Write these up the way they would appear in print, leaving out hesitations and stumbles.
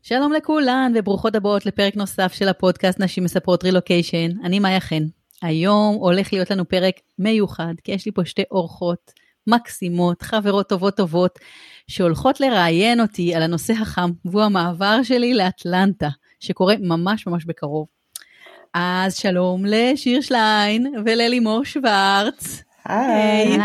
שלום לכולן וברוכות הבאות לפרק נוסף של הפודקאסט נשים מספרות רילוקיישן. אני מאיה חן. היום הולך להיות לנו פרק מיוחד, כי יש לי פה שתי אורחות מקסימות, חברות טובות, שהולכות לראיין אותי על הנושא החם, והוא המעבר שלי לאטלנטה, שקורה ממש בקרוב. אז שלום לשיר שליין וללימור שוורץ. היי.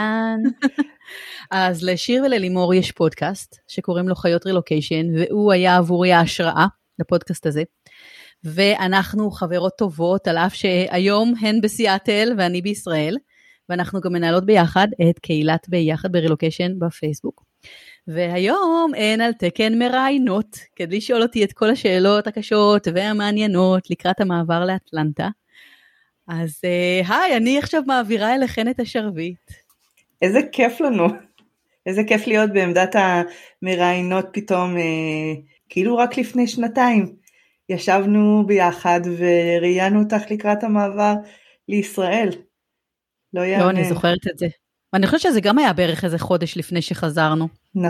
אז לשיר וללימור יש פודקאסט שקוראים לו חיות רילוקיישן, והוא היה עבורי ההשראה לפודקאסט הזה. ואנחנו חברות טובות, על אף שהיום הן בסיאטל ואני בישראל, ואנחנו גם מנהלות ביחד את קהילת ביחד ברילוקיישן בפייסבוק. והיום הן על תקן מראיינות, כדי לשאול אותי את כל השאלות הקשות והמעניינות לקראת המעבר לאטלנטה. אז היי, אני עכשיו מעבירה אליכן את השרביט. איזה כיף לנו, איזה כיף להיות בעמדת המראיינות פתאום, כאילו רק לפני שנתיים. ישבנו ביחד וראיינו אותך לקראת המעבר לישראל. לא, אני זוכרת את זה. ואני חושבת שזה גם היה בערך איזה חודש לפני שחזרנו.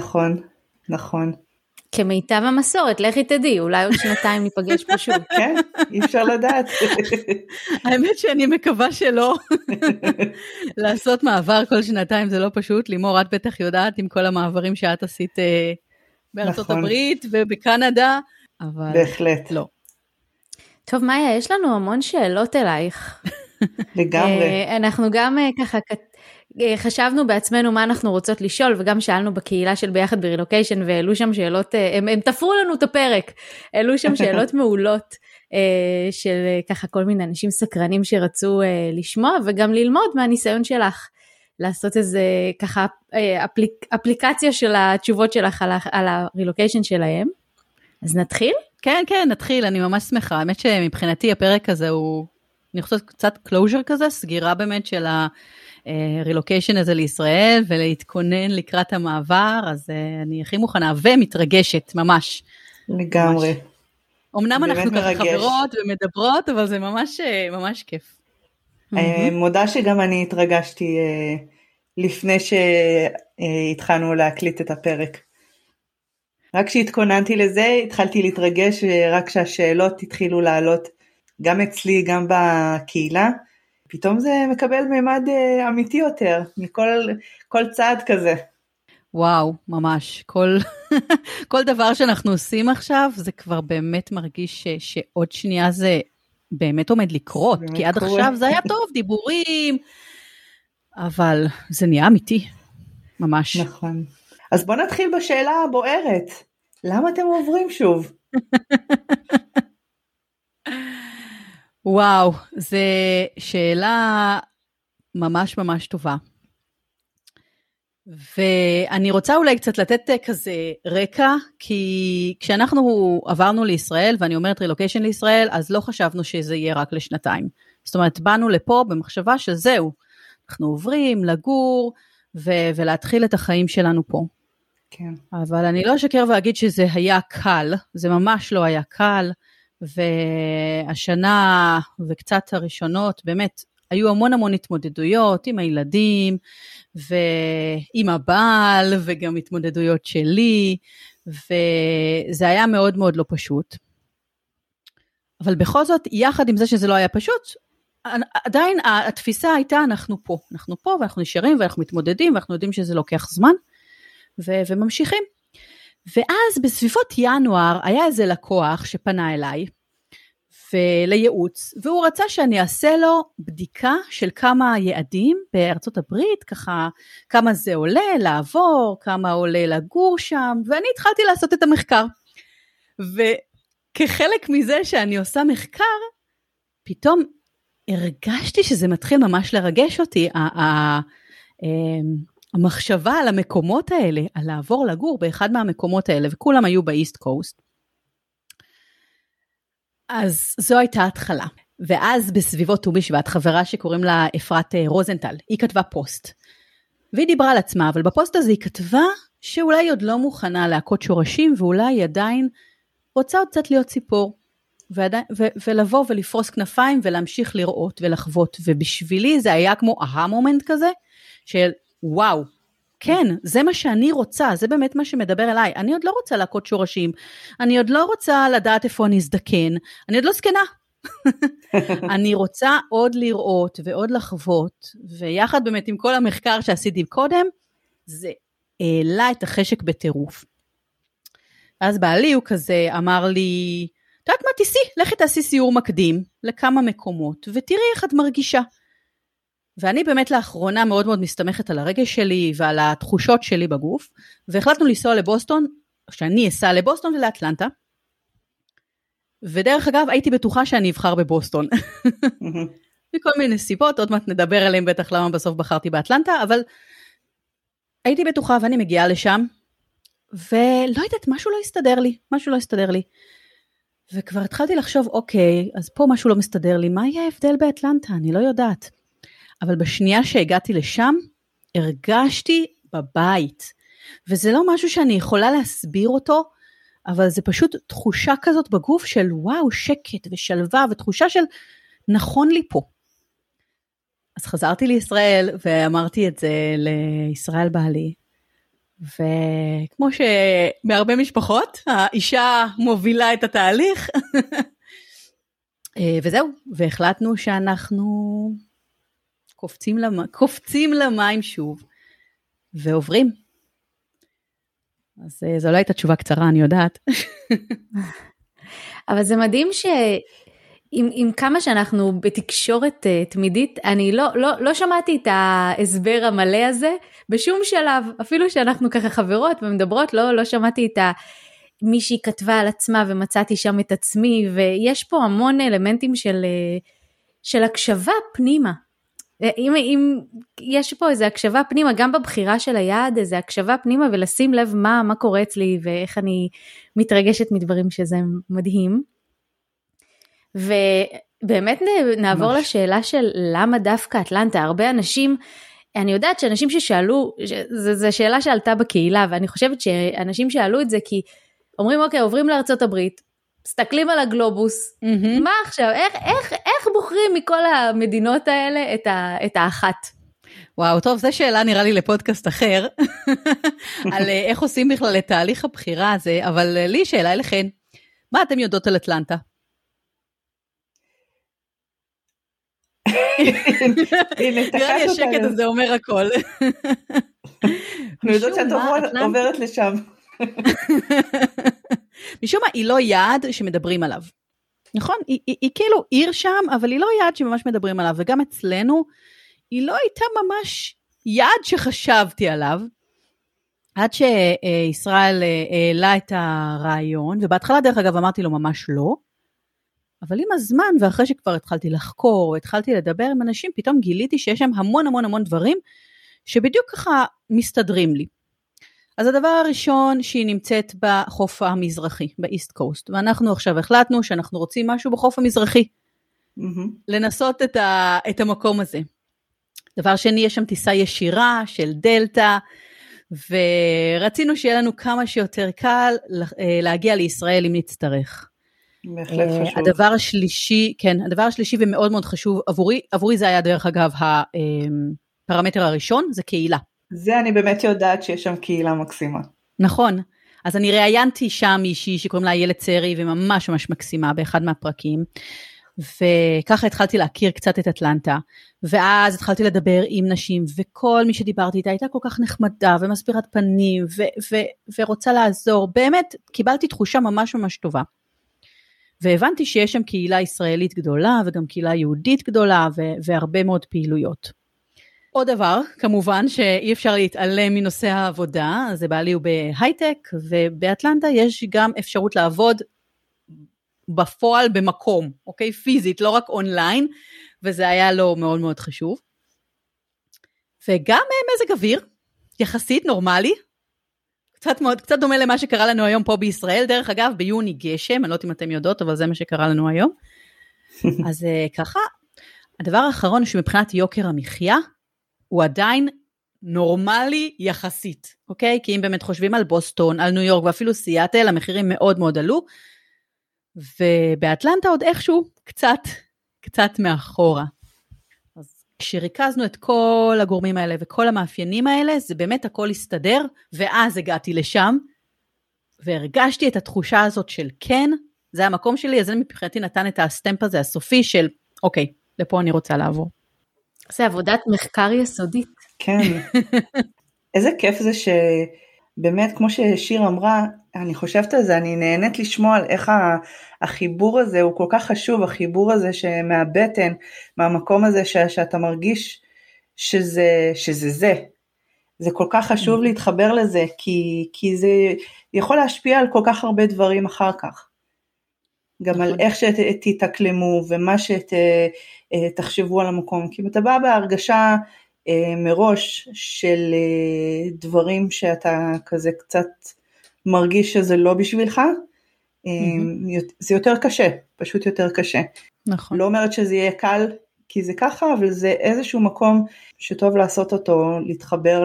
נכון. כמיטב המסורת, לכי תדעי, אולי עוד שנתיים ניפגש פה שוב. כן, אי אפשר לדעת. האמת שאני מקווה שלא. לעשות מעבר כל שנתיים זה לא פשוט. לימור, את בטח יודעת עם כל המעברים שאת עשית בארצות הברית ובקנדה, אבל בהחלט. לא. טוב, מאיה, יש לנו המון שאלות אלייך. לגמרי. אנחנו גם ככה חשבנו בעצמנו מה אנחנו רוצות לשאול, וגם שאלנו בקהילה של ביחד ברילוקיישן, והעלו שם שאלות, הם תפרו לנו את הפרק, העלו שם שאלות מעולות, של ככה כל מיני אנשים סקרנים שרצו לשמוע, וגם ללמוד מהניסיון שלך, לעשות איזה ככה אפליקציה של התשובות שלך על הרילוקיישן שלהם. אז נתחיל? כן, נתחיל, אני ממש שמחה, האמת שמבחינתי הפרק הזה הוא, אני חושבת קצת קלוז'ר כזה, סגירה באמת של הרילוקיישן הזה לישראל, ולהתכונן לקראת המעבר, אז אני הכי מוכנה ומתרגשת, ממש. לגמרי. אמנם אנחנו ככה חברות ומדברות, אבל זה ממש כיף. מודה שגם אני התרגשתי לפני שהתחלנו להקליט את הפרק. רק כשהתכוננתי לזה, התחלתי להתרגש, רק כשהשאלות התחילו לעלות, גם אצלי, גם בקהילה, פתאום זה מקבל ממד אמיתי יותר, מכל צעד כזה. וואו, ממש. כל דבר שאנחנו עושים עכשיו, זה כבר באמת מרגיש שעוד שנייה זה באמת עומד לקרות, כי עד עכשיו זה היה טוב, דיבורים, אבל זה נהיה אמיתי, ממש. נכון. אז בוא נתחיל בשאלה הבוערת. למה אתם עוברים שוב? וואו, זו שאלה ממש טובה. ואני רוצה אולי קצת לתת כזה רקע, כי כשאנחנו עברנו לישראל, ואני אומרת רילוקיישן לישראל, אז לא חשבנו שזה יהיה רק לשנתיים. זאת אומרת, באנו לפה במחשבה שזהו, אנחנו עוברים לגור, ולהתחיל את החיים שלנו פה. כן. אבל אני לא אשקר ואגיד שזה היה קל, זה ממש לא היה קל, והשנה וקצת הראשונות, באמת, היו המון התמודדויות עם הילדים, ועם הבעל, וגם התמודדויות שלי, וזה היה מאוד לא פשוט. אבל בכל זאת, יחד עם זה שזה לא היה פשוט, עדיין התפיסה הייתה, אנחנו פה ואנחנו נשארים, ואנחנו מתמודדים, ואנחנו יודעים שזה לוקח זמן, וממשיכים. ואז בסביבות ינואר, היה איזה לקוח שפנה אליי, ולייעוץ, והוא רצה שאני אעשה לו בדיקה של כמה יעדים בארצות הברית, ככה כמה זה עולה לעבור, כמה עולה לגור שם, ואני התחלתי לעשות את המחקר. וכחלק מזה שאני עושה מחקר, פתאום הרגשתי שזה מתחיל ממש לרגש אותי, המחשבה על המקומות האלה, על לעבור לגור באחד מהמקומות האלה, וכולם היו באיסט קוסט. אז זו הייתה התחלה. ואז בסביבות ט"ו בשבט, חברה שקוראים לה אפרת רוזנטל, היא כתבה פוסט. והיא דיברה על עצמה, אבל בפוסט הזה היא כתבה שאולי היא עוד לא מוכנה להכות שורשים, ואולי היא עדיין רוצה עוד קצת להיות ציפור, ולבוא ולפרוס כנפיים, ולהמשיך לראות ולחוות. ובשבילי זה היה כמו מומנט כזה, של וואו, כן, זה מה שאני רוצה, זה באמת מה שמדבר אליי. אני עוד לא רוצה להכות שורשים, אני עוד לא רוצה לדעת איפה אני אזדקן, אני עוד לא זקנה. אני רוצה עוד לראות ועוד לחוות, ויחד באמת עם כל המחקר שעשיתי קודם, זה העלה את החשק בטירוף. אז בעלי הוא כזה אמר לי, את יודעת מה, לכי תעשי סיור מקדים לכמה מקומות, ותראי איך את מרגישה. ואני באמת לאחרונה מאוד מאוד מסתמכת על הרגש שלי ועל התחושות שלי בגוף, והחלטנו לנסוע לבוסטון, שאני אסע לבוסטון ולאטלנטה, ודרך אגב הייתי בטוחה שאני אבחר בבוסטון. מכל מיני סיבות, עוד מעט נדבר עליהם בטח למה בסוף בחרתי באטלנטה, אבל הייתי בטוחה ואני מגיעה לשם, ולא יודעת, משהו לא הסתדר לי. וכבר התחלתי לחשוב, אוקיי, אז פה משהו לא מסתדר לי, מה יהיה ההבדל באטלנטה? אני לא יודעת. אבל בשנייה שהגעתי לשם, הרגשתי בבית. וזה לא משהו שאני יכולה להסביר אותו, אבל זה פשוט תחושה כזאת בגוף של וואו, שקט ושלווה, ותחושה של נכון לי פה. אז חזרתי לישראל, ואמרתי את זה לישראל בעלי, וכמו שמהרבה משפחות, האישה מובילה את התהליך, וזהו, והחלטנו שאנחנו קופצים למים שוב, ועוברים. אז זו לא הייתה תשובה קצרה, אני יודעת. אבל זה מדהים עם כמה שאנחנו בתקשורת תמידית, אני לא שמעתי את ההסבר המלא הזה בשום שלב, אפילו שאנחנו ככה חברות ומדברות, לא שמעתי את מישהי כתבה על עצמה ומצאתי שם את עצמי, ויש פה המון אלמנטים של הקשבה פנימה. אם יש פה איזו הקשבה פנימה, גם בבחירה של היעד, איזו הקשבה פנימה, ולשים לב מה קורה אצלי, ואיך אני מתרגשת מדברים שזה מדהים. ובאמת נעבור לשאלה של למה דווקא אטלנטה. הרבה אנשים, אני יודעת שאנשים ששאלו, זו שאלה שעלתה בקהילה, ואני חושבת שאנשים שאלו את זה כי אומרים, אוקיי, עוברים לארצות הברית, מסתכלים על הגלובוס, מה עכשיו, איך בוחרים מכל המדינות האלה את האחת? וואו, טוב, זו שאלה נראה לי לפודקאסט אחר, על איך עושים בכלל את תהליך הבחירה הזה, אבל לי שאלה אליכן, מה אתם יודעות על אטלנטה? נראה לי השקט הזה אומר הכל. אני יודעת שאת עוברת לשם. משום מה, היא לא יעד שמדברים עליו. נכון? היא כאילו עיר שם, אבל היא לא יעד שממש מדברים עליו, וגם אצלנו, היא לא הייתה ממש יעד שחשבתי עליו, עד שישראל העלה את הרעיון, ובהתחלה דרך אגב אמרתי לו ממש לא, אבל עם הזמן, ואחרי שכבר התחלתי לחקור, התחלתי לדבר עם אנשים, פתאום גיליתי שיש שם המון המון המון דברים, שבדיוק ככה מסתדרים לי. אז הדבר הראשון שהיא נמצאת בחוף המזרחי, באיסט קוסט, ואנחנו עכשיו החלטנו שאנחנו רוצים משהו בחוף המזרחי, לנסות את המקום הזה. דבר שני, יש שם טיסה ישירה של דלטה, ורצינו שיהיה לנו כמה שיותר קל להגיע לישראל אם נצטרך. בהחלט חשוב. הדבר השלישי, כן, הדבר השלישי ומאוד מאוד חשוב, עבורי זה היה דרך אגב הפרמטר הראשון, זה קהילה. זה אני באמת יודעת שיש שם קהילה מקסימה. נכון, אז אני ראיינתי שם מישהי שקוראים לה איילת צרי, וממש ממש מקסימה באחד מהפרקים, וככה התחלתי להכיר קצת את אטלנטה, ואז התחלתי לדבר עם נשים, וכל מי שדיברתי איתה הייתה כל כך נחמדה, ומסבירת פנים, ורוצה לעזור, באמת קיבלתי תחושה ממש ממש טובה. והבנתי שיש שם קהילה ישראלית גדולה, וגם קהילה יהודית גדולה, והרבה מאוד פעילויות. עוד דבר, כמובן שאי אפשר להתעלם מנושא העבודה, זה בעלי הוא בהייטק, ובאטלנטה יש גם אפשרות לעבוד בפועל במקום, אוקיי? פיזית, לא רק אונליין, וזה היה לו מאוד מאוד חשוב. וגם מזג אוויר, יחסית נורמלי, קצת דומה למה שקרה לנו היום פה בישראל, דרך אגב, ביוני גשם, אני לא יודעת אם אתם יודעות, אבל זה מה שקרה לנו היום. אז ככה, הדבר האחרון שמבחינת יוקר המחיה, הוא עדיין נורמלי יחסית, אוקיי? כי אם באמת חושבים על בוסטון, על ניו יורק, ואפילו סיאטל, המחירים מאוד מאוד עלו, ובאטלנטה עוד איכשהו קצת מאחורה. אז כשריכזנו את כל הגורמים האלה וכל המאפיינים האלה, זה באמת הכל הסתדר, ואז הגעתי לשם, והרגשתי את התחושה הזאת של כן, זה המקום שלי, אז זה מבחינתי נתן את הסטמפ הזה הסופי של, אוקיי, לפה אני רוצה לעבור. זה עבודת מחקר יסודית. כן. איזה כיף זה שבאמת, כמו ששיר אמרה, אני חושבת על זה, אני נהנית לשמוע על איך החיבור הזה הוא כל כך חשוב, החיבור הזה מהבטן, מהמקום הזה שאתה מרגיש שזה. זה כל כך חשוב להתחבר לזה, כי זה יכול להשפיע על כל כך הרבה דברים אחר כך. גם על איך שתתאקלמו ומה שתחשבו על המקום. כי אם אתה בא בהרגשה מראש של דברים שאתה כזה קצת מרגיש שזה לא בשבילך, זה יותר קשה, פשוט יותר קשה. נכון. לא אומרת שזה יהיה קל, כי זה ככה, אבל זה איזשהו מקום שטוב לעשות אותו, להתחבר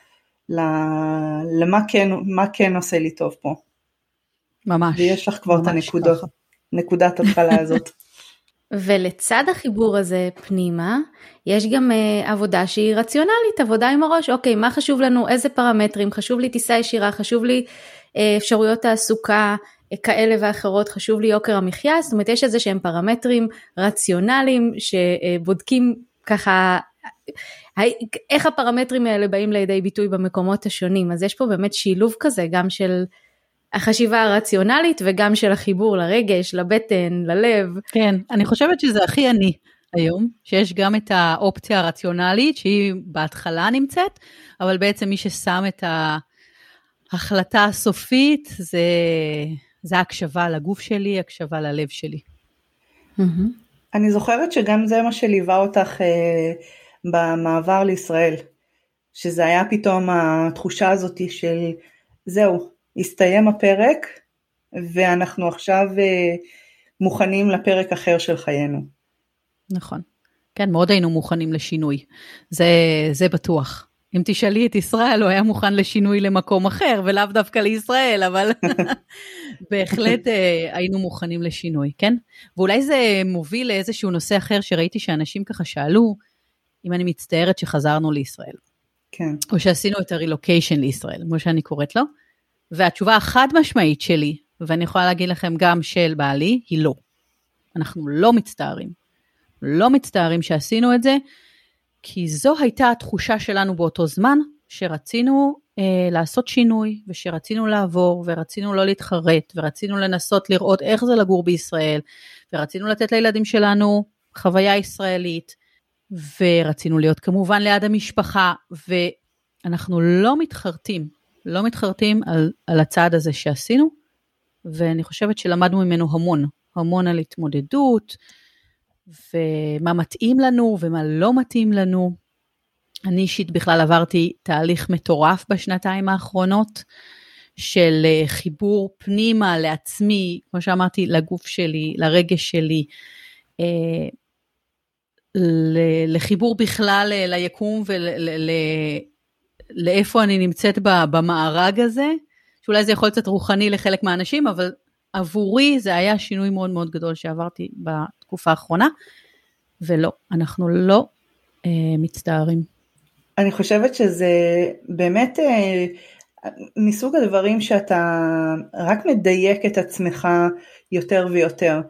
למה כן עושה לי טוב פה. ממש. ויש לך כבר את נקודת התחלה הזאת. ולצד החיבור הזה פנימה, יש גם עבודה שהיא רציונלית, עבודה עם הראש, אוקיי, מה חשוב לנו, איזה פרמטרים, חשוב לי טיסה ישירה, חשוב לי אפשרויות תעסוקה כאלה ואחרות, חשוב לי יוקר המחיה, זאת אומרת יש איזה שהם פרמטרים רציונליים, שבודקים ככה, איך הפרמטרים האלה באים לידי ביטוי במקומות השונים, אז יש פה באמת שילוב כזה, גם של החשיבה הרציונלית וגם של החיבור לרגש, לבטן, ללב. כן, אני חושבת שזה הכי אני היום, שיש גם את האופציה הרציונלית, שהיא בהתחלה נמצאת, אבל בעצם מי ששם את ההחלטה הסופית, זה הקשבה לגוף שלי, הקשבה ללב שלי. אני זוכרת שגם זה מה שליווה אותך במעבר לישראל, שזה היה פתאום התחושה הזאת של זהו, הסתיים הפרק, ואנחנו עכשיו מוכנים לפרק אחר של חיינו. נכון. כן, מאוד היינו מוכנים לשינוי. זה בטוח. אם תשאלי את ישראל, הוא היה מוכן לשינוי למקום אחר, ולאו דווקא לישראל, אבל בהחלט היינו מוכנים לשינוי, כן? ואולי זה מוביל לאיזשהו נושא אחר, שראיתי שאנשים ככה שאלו, אם אני מצטערת שחזרנו לישראל. כן. או שעשינו את הרילוקיישן לישראל, כמו שאני קוראת לו. והתשובה החד משמעית שלי, ואני יכולה להגיד לכם גם של בעלי, היא לא. אנחנו לא מצטערים. לא מצטערים שעשינו את זה, כי זו הייתה התחושה שלנו באותו זמן, שרצינו לעשות שינוי, ושרצינו לעבור, ורצינו לא להתחרט, ורצינו לנסות לראות איך זה לגור בישראל, ורצינו לתת לילדים שלנו חוויה ישראלית, ורצינו להיות כמובן ליד המשפחה, ואנחנו לא מתחרטים על הצעד הזה שעשינו, ואני חושבת שלמדנו ממנו המון על התמודדות, ומה מתאים לנו ומה לא מתאים לנו. אני אישית בכלל עברתי תהליך מטורף בשנתיים האחרונות, של חיבור פנימה לעצמי, כמו שאמרתי, לגוף שלי, לרגש שלי, לחיבור בכלל ליקום ולאיפה אני נמצאת במארג הזה, שאולי זה יכול קצת רוחני לחלק מהאנשים, אבל עבורי זה היה שינוי מאוד מאוד גדול שעברתי בתקופה האחרונה, ולא, אנחנו לא מצטערים. אני חושבת שזה באמת מסוג הדברים שאתה רק מדייק את עצמך יותר ויותר,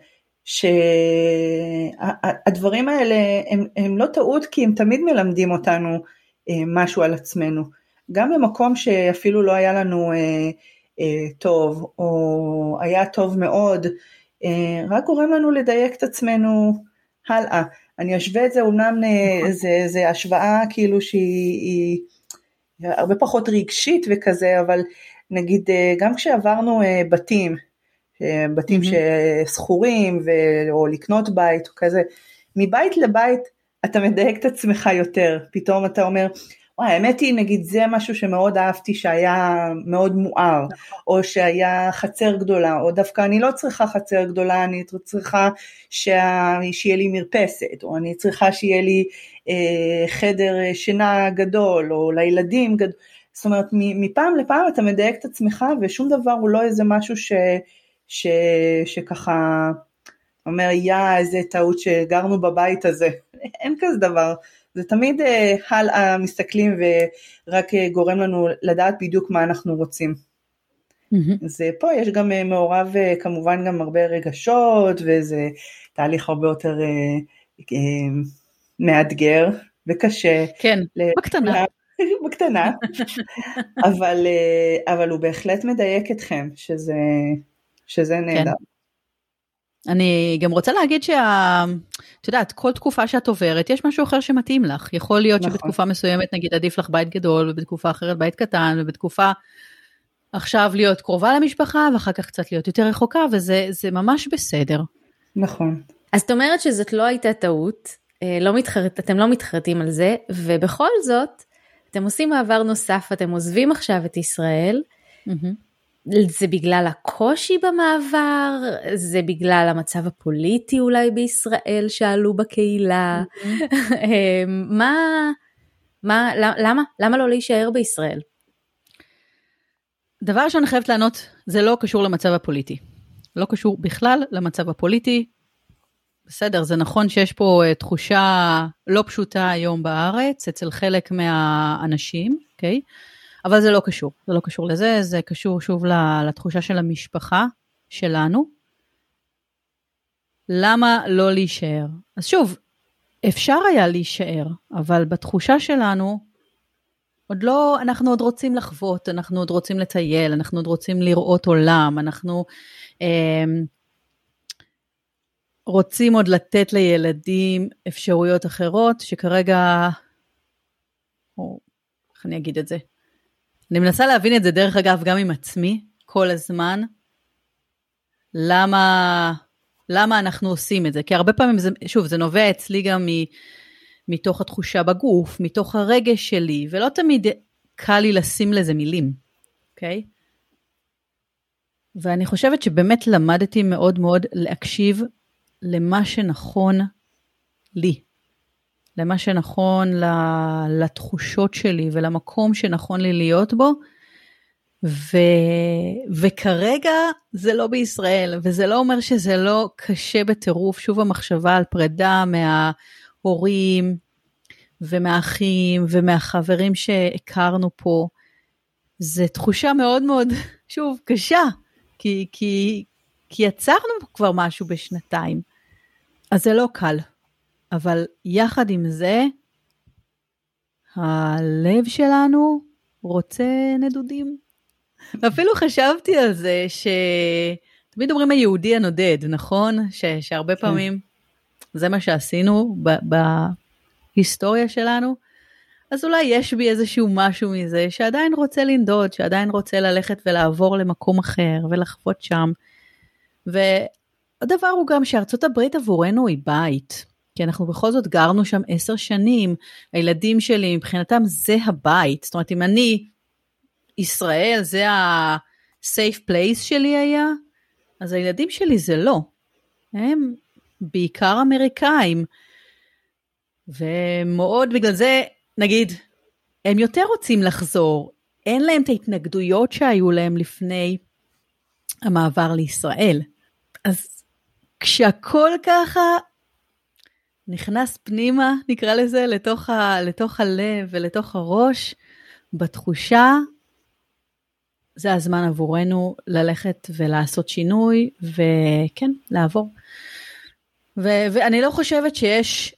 שהדברים האלה הם לא טעות, כי הם תמיד מלמדים אותנו משהו על עצמנו, גם במקום שאפילו לא היה לנו טוב, או היה טוב מאוד, רק גורם לנו לדייק את עצמנו הלאה. אני אשווה את זה, אומנם זה השוואה כאילו שהיא הרבה פחות רגשית וכזה, אבל נגיד גם כשעברנו בתים שסחורים, או לקנות בית או כזה, מבית לבית אתה מדייק את עצמך יותר, פתאום אתה אומר, האמת היא, נגיד, זה משהו שמאוד אהבתי, שהיה מאוד מואר, או שהיה חצר גדולה, או דווקא אני לא צריכה חצר גדולה, אני צריכה שיהיה לי מרפסת, או אני צריכה שיהיה לי חדר שינה גדול, או לילדים גדול, זאת אומרת, מפעם לפעם אתה מדייק את עצמך, ושום דבר הוא לא איזה משהו שככה אומר, איזה טעות שגרנו בבית הזה, אין כזה דבר, זה תמיד הלאה מסתכלים ורק גורם לנו לדעת בדיוק מה אנחנו רוצים. אז פה יש גם מעורב כמובן גם הרבה רגשות, וזה תהליך הרבה יותר מאתגר וקשה. כן, בקטנה. בקטנה, אבל הוא בהחלט מדייק אתכם, שזה נהדר. אני גם רוצה להגיד את יודעת, כל תקופה שאת עוברת, יש משהו אחר שמתאים לך. יכול להיות שבתקופה מסוימת, נגיד, עדיף לך בית גדול, ובתקופה אחרת בית קטן, ובתקופה עכשיו להיות קרובה למשפחה, ואחר כך קצת להיות יותר רחוקה, וזה ממש בסדר. נכון. אז את אומרת שזאת לא הייתה טעות, אתם לא מתחרטים על זה, ובכל זאת, אתם עושים מעבר נוסף, אתם עוזבים עכשיו את ישראל, זה בגלל הקושי במעבר, זה בגלל המצב הפוליטי אולי בישראל שעלו בקהילה, למה לא להישאר בישראל? דבר שאני חייבת לענות, זה לא קשור למצב הפוליטי, לא קשור בכלל למצב הפוליטי, בסדר, זה נכון שיש פה תחושה לא פשוטה היום בארץ, אצל חלק מהאנשים, אוקיי? אבל זה לא קשור, זה לא קשור לזה, זה קשור שוב לתחושה של המשפחה שלנו. למה לא להישאר? אז שוב, אפשר היה להישאר, אבל בתחושה שלנו, אנחנו עוד רוצים לחוות, אנחנו עוד רוצים לטייל, אנחנו עוד רוצים לראות עולם, אנחנו רוצים עוד לתת לילדים אפשרויות אחרות, שכרגע, איך אני אגיד את זה? אני מנסה להבין את זה דרך אגב גם עם עצמי, כל הזמן, למה אנחנו עושים את זה? כי הרבה פעמים, זה נובע אצלי גם מתוך התחושה בגוף, מתוך הרגש שלי, ולא תמיד קל לי לשים לזה מילים, אוקיי? ואני חושבת שבאמת למדתי מאוד מאוד להקשיב למה שנכון לי, למה שנכון לתחושות שלי ולמקום שנכון לי להיות בו, וכרגע זה לא בישראל, וזה לא אומר שזה לא קשה בטירוף, שוב המחשבה על פרידה מההורים ומהאחים ומהחברים שהכרנו פה, זה תחושה מאוד מאוד, שוב, קשה, כי יצרנו כבר משהו בשנתיים, אז זה לא קל. אבל יחד עם זה, הלב שלנו רוצה נדודים. אפילו חשבתי על זה, שתמיד אומרים היהודי הנודד, נכון? שהרבה פעמים זה מה שעשינו בהיסטוריה שלנו. אז אולי יש בי איזשהו משהו מזה, שעדיין רוצה לנדוד, שעדיין רוצה ללכת ולעבור למקום אחר, ולחוות שם. והדבר הוא גם שארצות הברית עבורנו היא בית. כי אנחנו בכל זאת גרנו שם 10 שנים, הילדים שלי מבחינתם זה הבית, זאת אומרת אם אני, ישראל זה ה-safe place שלי היה, אז הילדים שלי זה לא, הם בעיקר אמריקאים, ומאוד בגלל זה נגיד, הם יותר רוצים לחזור, אין להם את ההתנגדויות שהיו להם לפני המעבר לישראל, אז כשהכל ככה, נכנס פנימה, נקרא לזה, לתוך הלב ולתוך הראש, בתחושה, זה הזמן עבורנו ללכת ולעשות שינוי, וכן, לעבור. ואני לא חושבת שיש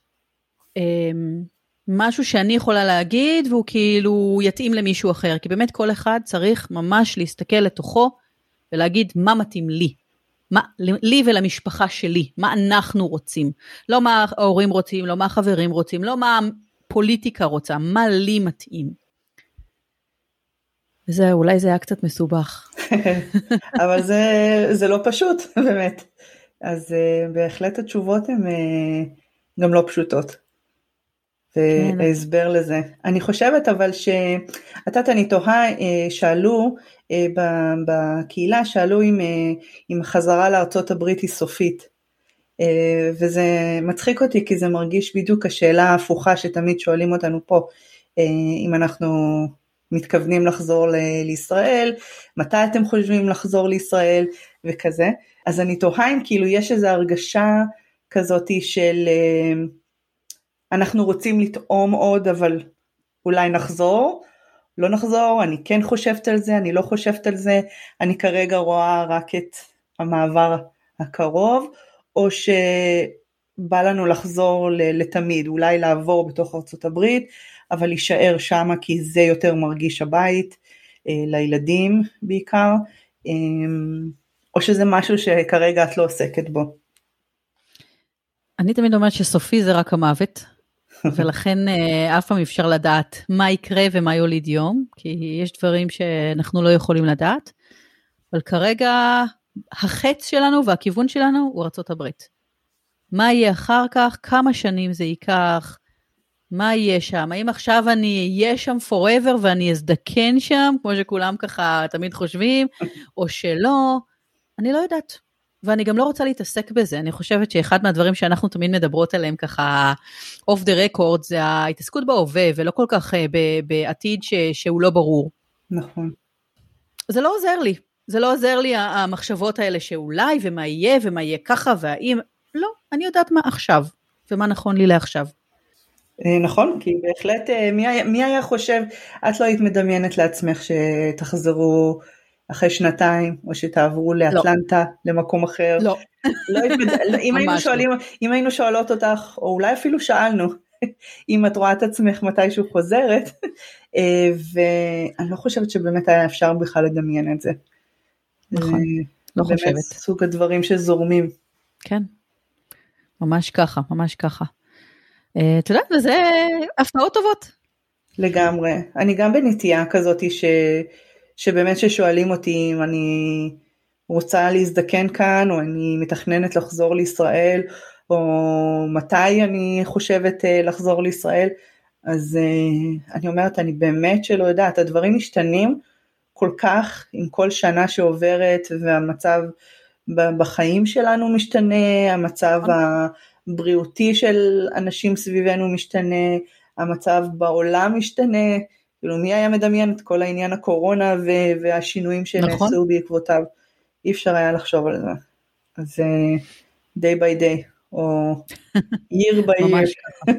משהו שאני יכולה להגיד, והוא כאילו יתאים למישהו אחר, כי באמת כל אחד צריך ממש להסתכל לתוכו, ולהגיד מה מתאים לי. מה, לי ולמשפחה שלי, מה אנחנו רוצים, לא מה ההורים רוצים, לא מה החברים רוצים, לא מה הפוליטיקה רוצה, מה לי מתאים. וזה, אולי זה היה קצת מסובך. אבל זה לא פשוט, באמת. אז בהחלט התשובות הן גם לא פשוטות. והסבר לזה. אני חושבת אבל אני תוהה, שאלו בקהילה, שאלו אם החזרה לארצות הברית היא סופית. וזה מצחיק אותי, כי זה מרגיש בדיוק השאלה ההפוכה שתמיד שואלים אותנו פה, אם אנחנו מתכוונים לחזור לישראל, מתי אתם חושבים לחזור לישראל וכזה. אז אני תוהה אם כאילו יש איזו הרגשה כזאת של אנחנו רוצים לטעום עוד, אבל אולי נחזור, לא נחזור, אני כן חושבת על זה, אני לא חושבת על זה, אני כרגע רואה רק את המעבר הקרוב, או שבא לנו לחזור לתמיד, אולי לעבור בתוך ארצות הברית, אבל להישאר שמה כי זה יותר מרגיש הבית, לילדים בעיקר, או שזה משהו שכרגע את לא עוסקת בו. אני תמיד אומרת שסופי זה רק המוות, ולכן אף פעם אפשר לדעת מה יקרה ומה יוליד יום, כי יש דברים שאנחנו לא יכולים לדעת, אבל כרגע החץ שלנו והכיוון שלנו הוא ארצות הברית. מה יהיה אחר כך, כמה שנים זה ייקח, מה יהיה שם, האם עכשיו אני אהיה שם forever ואני אזדקן שם, כמו שכולם ככה תמיד חושבים, או שלא, אני לא יודעת. ואני גם לא רוצה להתעסק בזה, אני חושבת שאחד מהדברים שאנחנו תמיד מדברות עליהם ככה off the record, זה ההתעסקות בהווה, ולא כל כך בעתיד שהוא לא ברור. נכון. זה לא עוזר לי, זה לא עוזר לי המחשבות האלה שאולי, ומה יהיה, ומה יהיה ככה, והאם, לא, אני יודעת מה עכשיו, ומה נכון לי לעכשיו. נכון, כי בהחלט, מי היה חושב, את לא היית מדמיינת לעצמך שתחזרו אחרי שנתיים, או שתעברו לאטלנטה, למקום אחר. לא. אם היינו שואלות אותך, או אולי אפילו שאלנו, אם את רואה את עצמך מתישהו חוזרת, ואני לא חושבת שבאמת היה אפשר בכלל לדמיין את זה. נכון, לא חושבת. באמת סוג הדברים שזורמים. כן, ממש ככה, ממש ככה. אתה יודע, וזה הפתעות טובות. לגמרי. אני גם בנטייה כזאת שבאמת ששואלים אותי אם אני רוצה להזדקן כאן, או אני מתכננת לחזור לישראל, או מתי אני חושבת לחזור לישראל, אז אני אומרת, אני באמת שלא יודעת, הדברים משתנים כל כך עם כל שנה שעוברת, והמצב בחיים שלנו משתנה, המצב הבריאותי של אנשים סביבנו משתנה, המצב בעולם משתנה, כאילו מי היה מדמיין את כל העניין הקורונה והשינויים שנעשו בעקבותיו, אי אפשר היה לחשוב על זה, אז day by day, או year by year.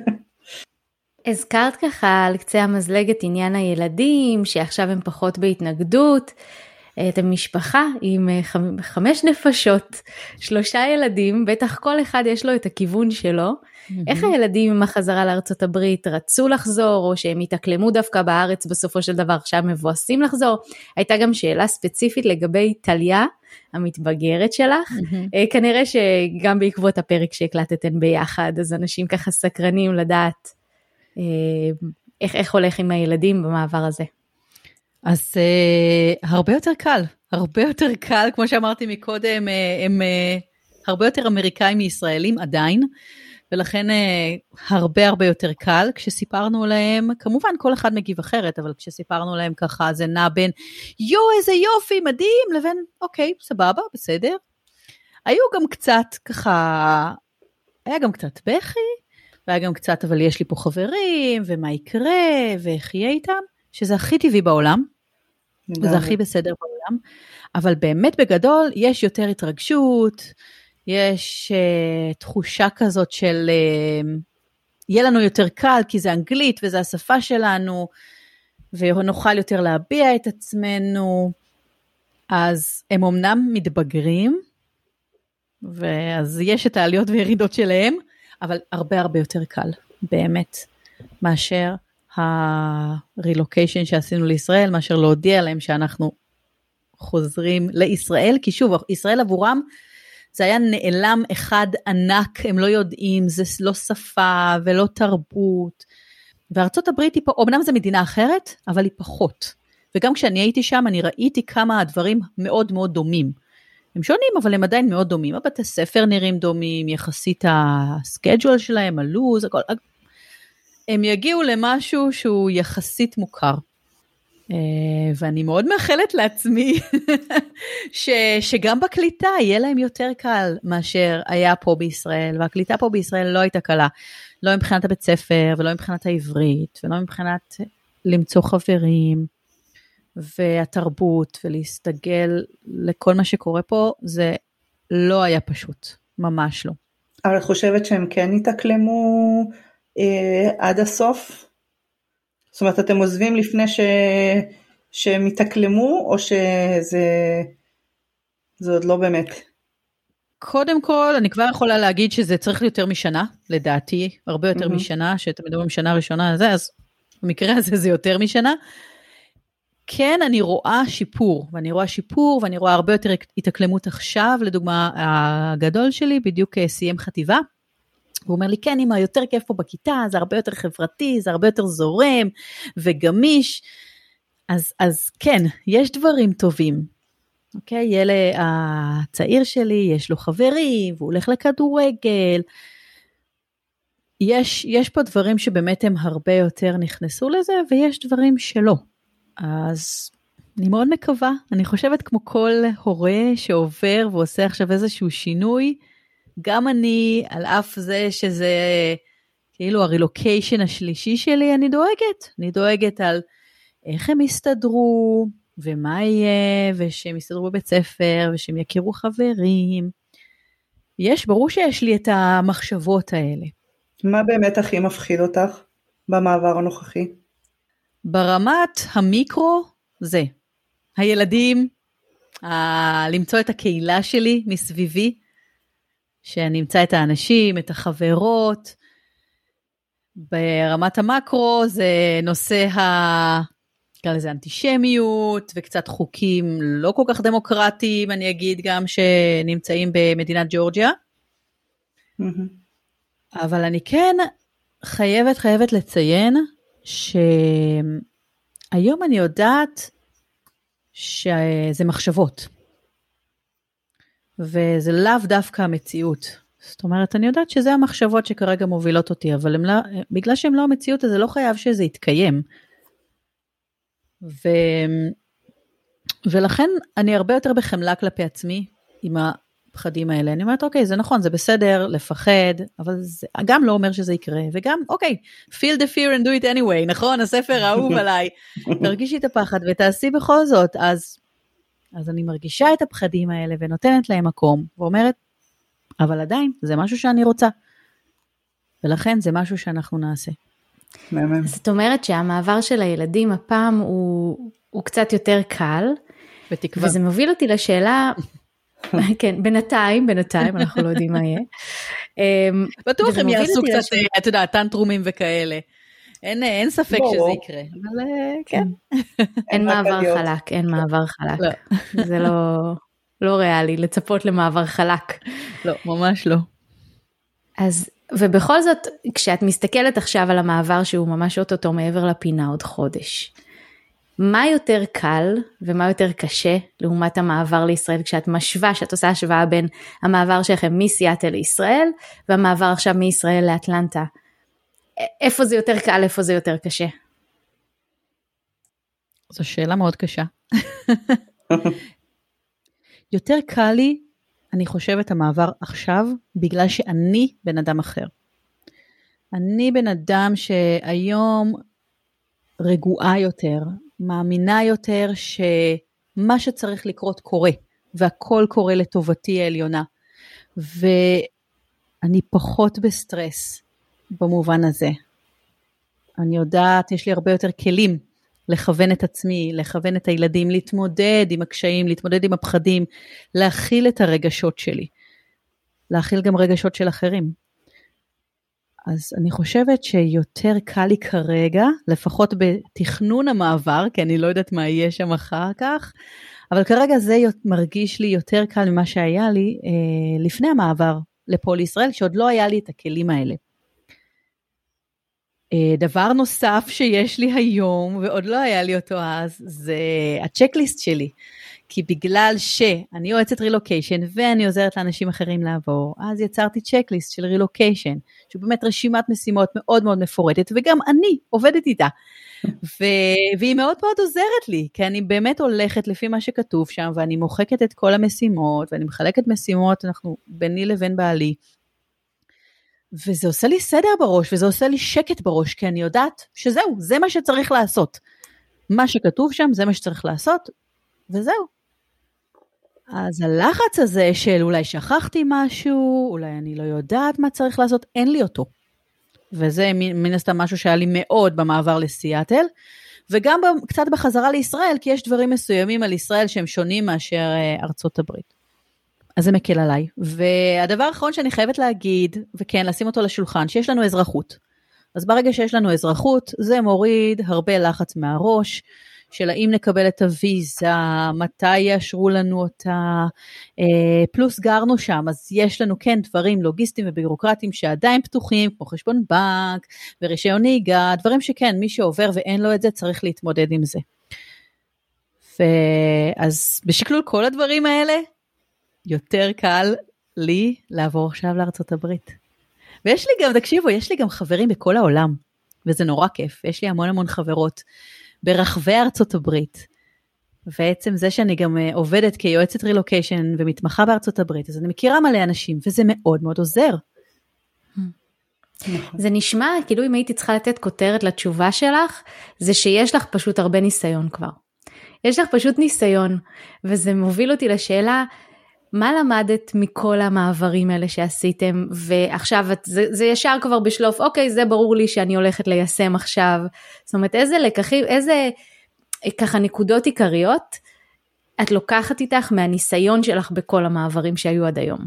הזכרת ככה על קצה המזלג את עניין הילדים, שעכשיו הם פחות בהתנגדות, את המשפחה עם 5 נפשות, 3 ילדים, בטח כל אחד יש לו את הכיוון שלו, איך הילדים עם החזרה לארצות הברית רצו לחזור, או שהם התאקלמו דווקא בארץ בסופו של דבר, עכשיו מבואסים לחזור? הייתה גם שאלה ספציפית לגבי טליה, המתבגרת שלך, כנראה שגם בעקבות הפרק שהקלטתן ביחד, אז אנשים ככה סקרנים לדעת, איך הולך עם הילדים במעבר הזה. אז הרבה יותר קל, כמו שאמרתי מקודם, הם הרבה יותר אמריקאים מישראלים עדיין, ולכן הרבה יותר קל, כשסיפרנו להם, כמובן כל אחד מגיב אחרת, אבל כשסיפרנו להם ככה, זה נע בין, איזה יופי, מדהים, לבין, אוקיי, סבבה, בסדר. היו גם קצת ככה, היה גם קצת בכי, והיה גם קצת, אבל יש לי פה חברים, ומה יקרה, ואיך יהיה איתם, שזה הכי טבעי בעולם, וזה הכי בסדר בעולם, אבל באמת בגדול, יש יותר התרגשות, יש תחושה כזאת של, יהיה לנו יותר קל, כי זה אנגלית, וזה השפה שלנו, ונוכל יותר להביע את עצמנו, אז הם אמנם מתבגרים, ואז יש את העליות וירידות שלהם, אבל הרבה יותר קל, באמת, מאשר הרילוקיישן שעשינו לישראל, מאשר להודיע להם שאנחנו חוזרים לישראל, כי שוב, ישראל עבורם, זה היה נעלם אחד ענק, הם לא יודעים, זה לא שפה ולא תרבות, וארצות הברית היא פה, אומנם זו מדינה אחרת, אבל היא פחות, וגם כשאני הייתי שם, אני ראיתי כמה הדברים מאוד דומים, הם שונים, אבל הם עדיין מאוד דומים, הבתי ספר נראים דומים, יחסית הסקייג'ול שלהם, הלוז, הכל, הם יגיעו למשהו שהוא יחסית מוכר, ואני מאוד מאחלת לעצמי, שגם בקליטה יהיה להם יותר קל, מאשר היה פה בישראל, והקליטה פה בישראל לא הייתה קלה, לא מבחינת הבית ספר, ולא מבחינת העברית, ולא מבחינת למצוא חברים, והתרבות, ולהסתגל לכל מה שקורה פה, זה לא היה פשוט, ממש לא. אבל את חושבת שהם כן יתאקלמו עד הסוף? זאת אומרת, אתם עוזבים לפני שהם יתאקלמו, או שזה עוד לא באמת? קודם כל, אני כבר יכולה להגיד שזה צריך יותר משנה, לדעתי, הרבה יותר משנה, שאתם מדברים שנה ראשונה על זה, אז במקרה הזה זה יותר משנה. כן, אני רואה שיפור, ואני רואה הרבה יותר התאקלמות עכשיו, לדוגמה, הגדול שלי בדיוק סיים חטיבה, הוא אומר לי, כן, אמא, יותר כיף פה בכיתה, זה הרבה יותר חברתי, זה הרבה יותר זורם וגמיש, אז כן, יש דברים טובים. אוקיי, ילד הצעיר שלי, יש לו חברים, והוא הולך לכדורגל, יש פה דברים שבאמת הם הרבה יותר נכנסו לזה, ויש דברים שלא. אז אני מאוד מקווה, אני חושבת כמו כל הורה שעובר ועושה עכשיו איזשהו שינוי, גם אני, על אף זה שזה כאילו הרילוקיישן השלישי שלי, אני דואגת על איך הם יסתדרו, ומה יהיה, ושהם יסתדרו בבית ספר, ושהם יכירו חברים. ברור שיש לי את המחשבות האלה. מה באמת הכי מפחיד אותך במעבר הנוכחי? ברמת המיקרו, זה. הילדים, למצוא את הקהילה שלי מסביבי, שאני אמצא את האנשים, את החברות. ברמת המקרו, זה נושא נקרא לזה אנטישמיות, וקצת חוקים לא כל כך דמוקרטיים, אני אגיד גם שנמצאים במדינת ג'ורג'יה. אבל אני כן חייבת לציין, שהיום אני יודעת שזה מחשבות. וזה לאו דווקא המציאות. זאת אומרת, אני יודעת שזה המחשבות שכרגע מובילות אותי, אבל בגלל שהן לא המציאות, אז זה לא חייב שזה יתקיים. ולכן אני הרבה יותר בחמלה כלפי עצמי עם הפחדים האלה. אני אומרת, אוקיי, זה נכון, זה בסדר לפחד, אבל זה גם לא אומר שזה יקרה, וגם, אוקיי, feel the fear and do it anyway, נכון? הספר האהוב עליי, תרגישי את הפחד ותעשי בכל זאת, אז אני מרגישה את הפחדים האלה ונותנת להם מקום, ואומרת, אבל עדיין, זה משהו שאני רוצה, ולכן זה משהו שאנחנו נעשה. זאת אומרת שהמעבר של הילדים הפעם הוא קצת יותר קל, בתקווה. וזה מוביל אותי לשאלה, כן, בינתיים, אנחנו לא יודעים מה יהיה. בטוח הם יעשו קצת, אתה יודע, טנטרומים וכאלה. אין ספק שזה יקרה, אבל כן. אין מעבר חלק, זה לא ריאלי, לצפות למעבר חלק. לא, ממש לא. אז, ובכל זאת, כשאת מסתכלת עכשיו על המעבר שהוא ממש אותו מעבר לפינה עוד חודש, מה יותר קל ומה יותר קשה לעומת המעבר לישראל, כשאת עושה השוואה בין המעבר שלכם מסיאטל לישראל, והמעבר עכשיו מישראל לאטלנטה, איפה זה יותר קל, איפה זה יותר קשה? זו שאלה מאוד קשה. יותר קל לי, אני חושבת, המעבר עכשיו, בגלל שאני בן אדם אחר. אני בן אדם שהיום רגועה יותר, מאמינה יותר שמה שצריך לקרות קורה, והכל קורה לטובתי העליונה. ואני פחות בסטרס במובן הזה. אני יודעת, יש לי הרבה יותר כלים לכוון את עצמי, לכוון את הילדים, להתמודד עם הקשיים, להתמודד עם הפחדים, להכיל את הרגשות שלי, להכיל גם רגשות של אחרים. אז אני חושבת שיותר קל לי כרגע, לפחות בתכנון המעבר, כי אני לא יודעת מה יהיה שם אחר כך, אבל כרגע זה מרגיש לי יותר קל ממה שהיה לי לפני המעבר לפה לישראל, שעוד לא היה לי את הכלים האלה. דבר נוסף שיש לי היום, ועוד לא היה לי אותו אז, זה הצ'קליסט שלי. כי בגלל שאני יועצת רילוקיישן, ואני עוזרת לאנשים אחרים לעבור, אז יצרתי צ'קליסט של רילוקיישן, שהוא באמת רשימת משימות מאוד מאוד מפורטת, וגם אני עובדת איתה. והיא מאוד מאוד עוזרת לי, כי אני באמת הולכת לפי מה שכתוב שם, ואני מוחקת את כל המשימות, ואני מחלקת משימות, אנחנו ביני לבין בעלי, וזה עושה לי סדר בראש, וזה עושה לי שקט בראש, כי אני יודעת שזהו, זה מה שצריך לעשות. מה שכתוב שם, זה מה שצריך לעשות, וזהו. אז הלחץ הזה של אולי שכחתי משהו, אולי אני לא יודעת מה צריך לעשות, אין לי אותו. וזה מן הסתם משהו שהיה לי מאוד במעבר לסיאטל, וגם קצת בחזרה לישראל, כי יש דברים מסוימים על ישראל שהם שונים מאשר ארצות הברית. אז זה מקל עליי. והדבר האחרון שאני חייבת להגיד, וכן, לשים אותו לשולחן, שיש לנו אזרחות. אז ברגע שיש לנו אזרחות, זה מוריד הרבה לחץ מהראש, של האם נקבל את הוויזה, מתי יאשרו לנו אותה, פלוס גרנו שם, אז יש לנו כן דברים לוגיסטיים ובירוקרטיים שעדיין פתוחים, כמו חשבון בנק ורישיון נהיגה, דברים שכן, מי שעובר ואין לו את זה, צריך להתמודד עם זה. אז בשקלול כל הדברים האלה, יותר קל לי לעבור עכשיו לארצות הברית. ויש לי גם, תקשיבו, יש לי גם חברים בכל העולם, וזה נורא כיף, יש לי המון חברות, ברחבי ארצות הברית, ועצם זה שאני גם עובדת כיועצת רילוקיישן ומתמחה בארצות הברית, אז אני מכירה מלא אנשים, וזה מאוד מאוד עוזר. זה נשמע, כאילו אם הייתי צריכה לתת כותרת לתשובה שלך, זה שיש לך פשוט הרבה ניסיון כבר. יש לך פשוט ניסיון, וזה מוביל אותי לשאלה, מה למדת מכל המעברים האלה שעשיתם, ועכשיו זה ישר כבר בשלוף, אוקיי, זה ברור לי שאני הולכת ליישם עכשיו, זאת אומרת, איזה לקחים, איזה ככה נקודות עיקריות, את לוקחת איתך מהניסיון שלך בכל המעברים שהיו עד היום?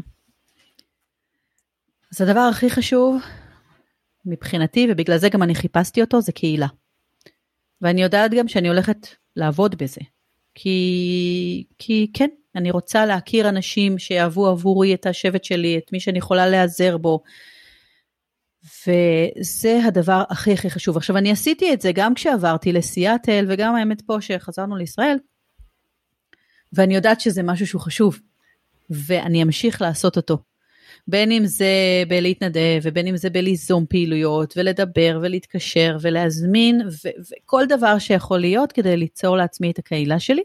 אז הדבר הכי חשוב, מבחינתי, ובגלל זה גם אני חיפשתי אותו, זה קהילה. ואני יודעת גם שאני הולכת לעבוד בזה, כי כן, אני רוצה להכיר אנשים שיעבו עבורי את השבט שלי, את מי שאני יכולה להיעזר בו, וזה הדבר הכי חשוב. עכשיו אני עשיתי את זה גם כשעברתי לסיאטל, וגם האמת פה שחזרנו לישראל, ואני יודעת שזה משהו שהוא חשוב, ואני אמשיך לעשות אותו, בין אם זה בלהתנדב, ובין אם זה בליזום פעילויות, ולדבר ולהתקשר ולהזמין, וכל דבר שיכול להיות כדי ליצור לעצמי את הקהילה שלי.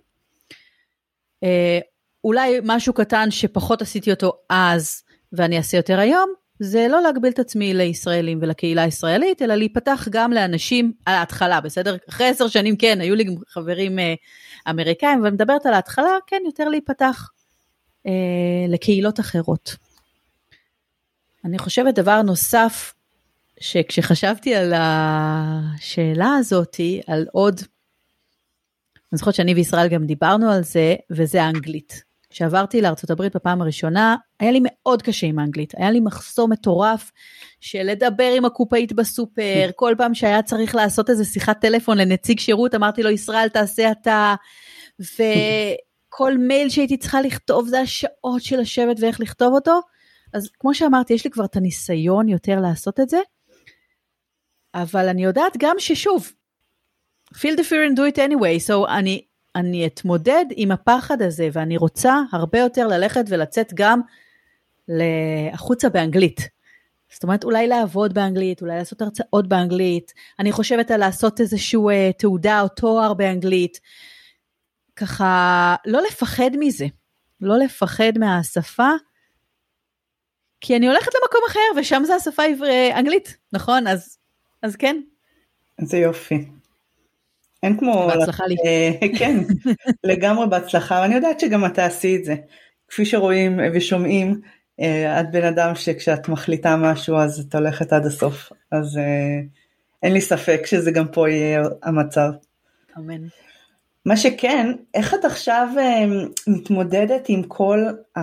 אולי משהו קטן שפחות עשיתי אותו אז, ואני אעשה יותר היום, זה לא להגביל את עצמי לישראלים ולקהילה הישראלית, אלא להיפתח גם לאנשים על ההתחלה, בסדר? אחרי 10 שנים כן, היו לי חברים אמריקאים, ואני מדברת על ההתחלה, כן, יותר להיפתח לקהילות אחרות. אני חושבת דבר נוסף, שכשחשבתי על השאלה הזאת, על עוד, אני זוכרת שאני וישראל גם דיברנו על זה, וזה האנגלית. כשעברתי לארצות הברית בפעם הראשונה, היה לי מאוד קשה עם האנגלית, היה לי מחסום מטורף, של לדבר עם הקופאית בסופר, כל פעם שהיה צריך לעשות איזה שיחת טלפון לנציג שירות, אמרתי לו, ישראל תעשה אתה, וכל מייל שהייתי צריכה לכתוב, זה השעות של לשבת ואיך לכתוב אותו, אז כמו שאמרתי, יש לי כבר את הניסיון יותר לעשות את זה, אבל אני יודעת גם ששוב, feel the fear and do it anyway, so אני אתמודד עם הפחד הזה, ואני רוצה הרבה יותר ללכת ולצאת גם החוצה באנגלית. זאת אומרת, אולי לעבוד באנגלית, אולי לעשות הרצאות באנגלית, אני חושבת על לעשות איזשהו תעודה או תואר באנגלית, ככה לא לפחד מזה, לא לפחד מהשפה, כי אני הולכת למקום אחר, ושם זה השפה אנגלית, נכון? אז כן. זה יופי. אין כמו... בהצלחה לי. כן, לגמרי בהצלחה, ואני יודעת שגם אתה עשי את זה. כפי שרואים ושומעים, את בן אדם שכשאת מחליטה משהו, אז את הולכת עד הסוף. אז אין לי ספק שזה גם פה יהיה המצב. אמן. מה שכן, איך את עכשיו מתמודדת עם כל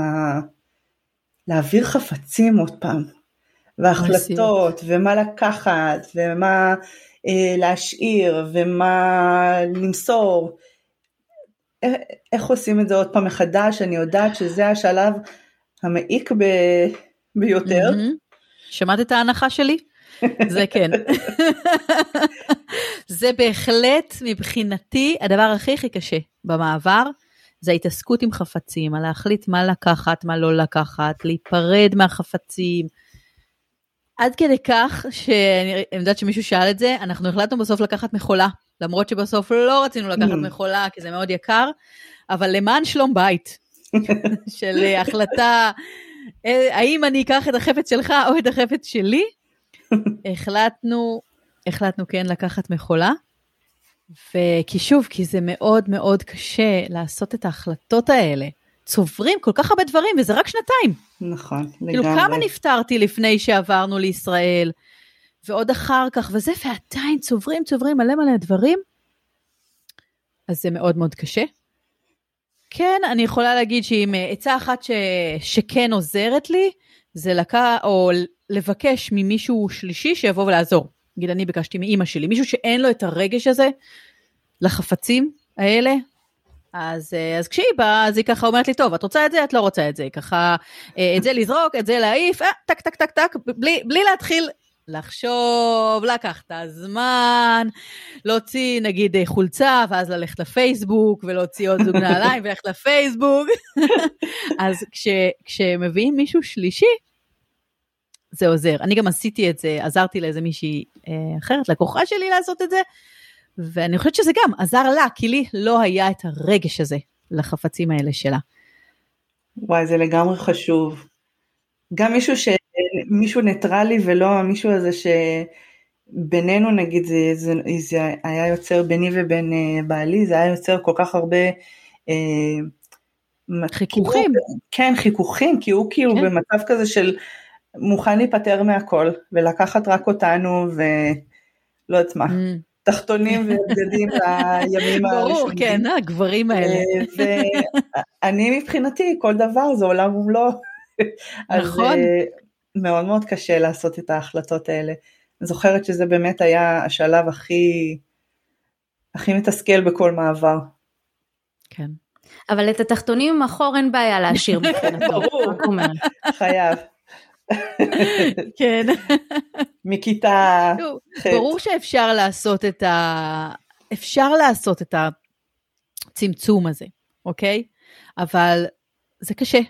להעביר חפצים עוד פעם, והחלטות, ומה לקחת, ומה להשאיר, ומה למסור, איך עושים את זה עוד פעם מחדש? אני יודעת שזה השלב המעיק ביותר. שמעת את ההנחה שלי? זה כן. זה בהחלט מבחינתי הדבר הכי קשה במעבר, זה ההתעסקות עם חפצים, על להחליט מה לקחת, מה לא לקחת, להיפרד מהחפצים, עד כדי כך שאני יודעת שמישהו שאל את זה, אנחנו החלטנו בסוף לקחת מכולה, למרות שבסוף לא רצינו לקחת מכולה, כי זה מאוד יקר, אבל למען שלום בית, של החלטה, האם אני אקח את החפץ שלך או את החפץ שלי, החלטנו כן לקחת מכולה, וכי שוב, כי זה מאוד מאוד קשה לעשות את ההחלטות האלה, צוברים כל כך הרבה דברים, וזה רק 2 שנתיים. נכון, כאילו, כמה נפטרתי לפני שעברנו לישראל, ועוד אחר כך, וזה, ועדיין צוברים מלא דברים, אז זה מאוד מאוד קשה. כן, אני יכולה להגיד שאם עצה אחת שכן עוזרת לי, זה או לבקש ממישהו שלישי שיבוא ולעזור. נגיד, אני ביקשתי מאמא שלי, מישהו שאין לו את הרגש הזה, לחפצים האלה, אז כשהיא באה, אז היא ככה אומרת לי, טוב, את רוצה את זה, את לא רוצה את זה, ככה, את זה לזרוק, את זה להעיף, טק, טק, טק, טק, בלי להתחיל לחשוב, לקח את הזמן, להוציא נגיד חולצה, ואז ללכת לפייסבוק, ולהוציא עוד זוג נעליים, וללכת לפייסבוק, אז כשמביאים מישהו שלישי, זה עוזר. אני גם עשיתי את זה, עזרתי לאיזה מישהי אחרת, לקוחה שלי לעשות את זה, ואני חושבת שזה גם עזר לה, כי לי לא היה את הרגש הזה לחפצים האלה שלה. וואי, זה לגמרי חשוב. גם מישהו ניטרלי ולא מישהו הזה שבינינו נגיד, זה היה יוצר ביני ובין בעלי, זה היה יוצר כל כך הרבה חיכוכים. כן, חיכוכים, כי הוא כאילו במצב כזה של מוכן להיפטר מהכל, ולקחת רק אותנו ולא יודעת מה. תחתונים ובגדים לימים הראשונים. ברור, כן, הגברים האלה. ואני מבחינתי, כל דבר זה עולם ומלואו. נכון. אז מאוד מאוד קשה לעשות את ההחלטות האלה. אני זוכרת שזה באמת היה השלב הכי מתסכל בכל מעבר. כן. אבל את התחתונים עם החור אין בעיה להשאיר מבחינתו. ברור, חייב. כן. מכיתה ח'. ברור שאפשר לעשות את הצמצום הזה, אוקיי? אבל זה קשה.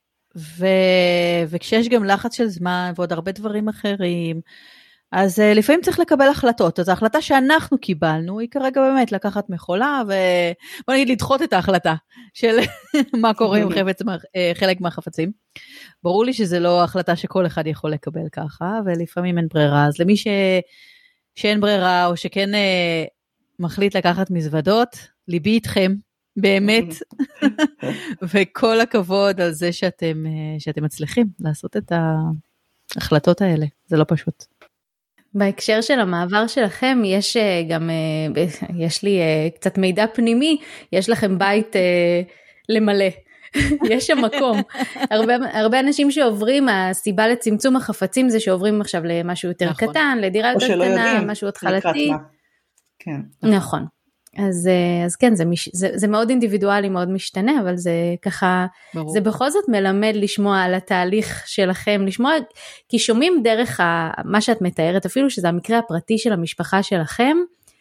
וכשיש גם לחץ של זמן ועוד הרבה דברים אחרים, אז לפעמים צריך לקבל החלטות. אז ההחלטה שאנחנו קיבלנו היא כרגע באמת לקחת מחולה, ובוא נגיד לדחות את ההחלטה של מה קורה עם חלק מהחפצים. ברור לי שזה לא החלטה שכל אחד יכול לקבל ככה, ולפעמים אין ברירה. אז למי שאין ברירה, או שכן מחליט לקחת מזוודות, ליבי איתכם, באמת, וכל הכבוד על זה שאתם מצליחים לעשות את ההחלטות האלה. זה לא פשוט. בהקשר של המעבר שלכם, יש לי קצת מידע פנימי, יש לכם בית למלא, יש שם מקום. הרבה אנשים שעוברים, הסיבה לצמצום החפצים זה שעוברים עכשיו למשהו יותר קטן, לדירה יותר קטנה, משהו התחלתי. כן. נכון. אז כן, זה מאוד אינדיבידואלי, מאוד משתנה, אבל זה ככה, זה בכל זאת מלמד לשמוע על התהליך שלכם, לשמוע, כי שומעים דרך מה שאת מתארת, אפילו שזה המקרה הפרטי של המשפחה שלכם,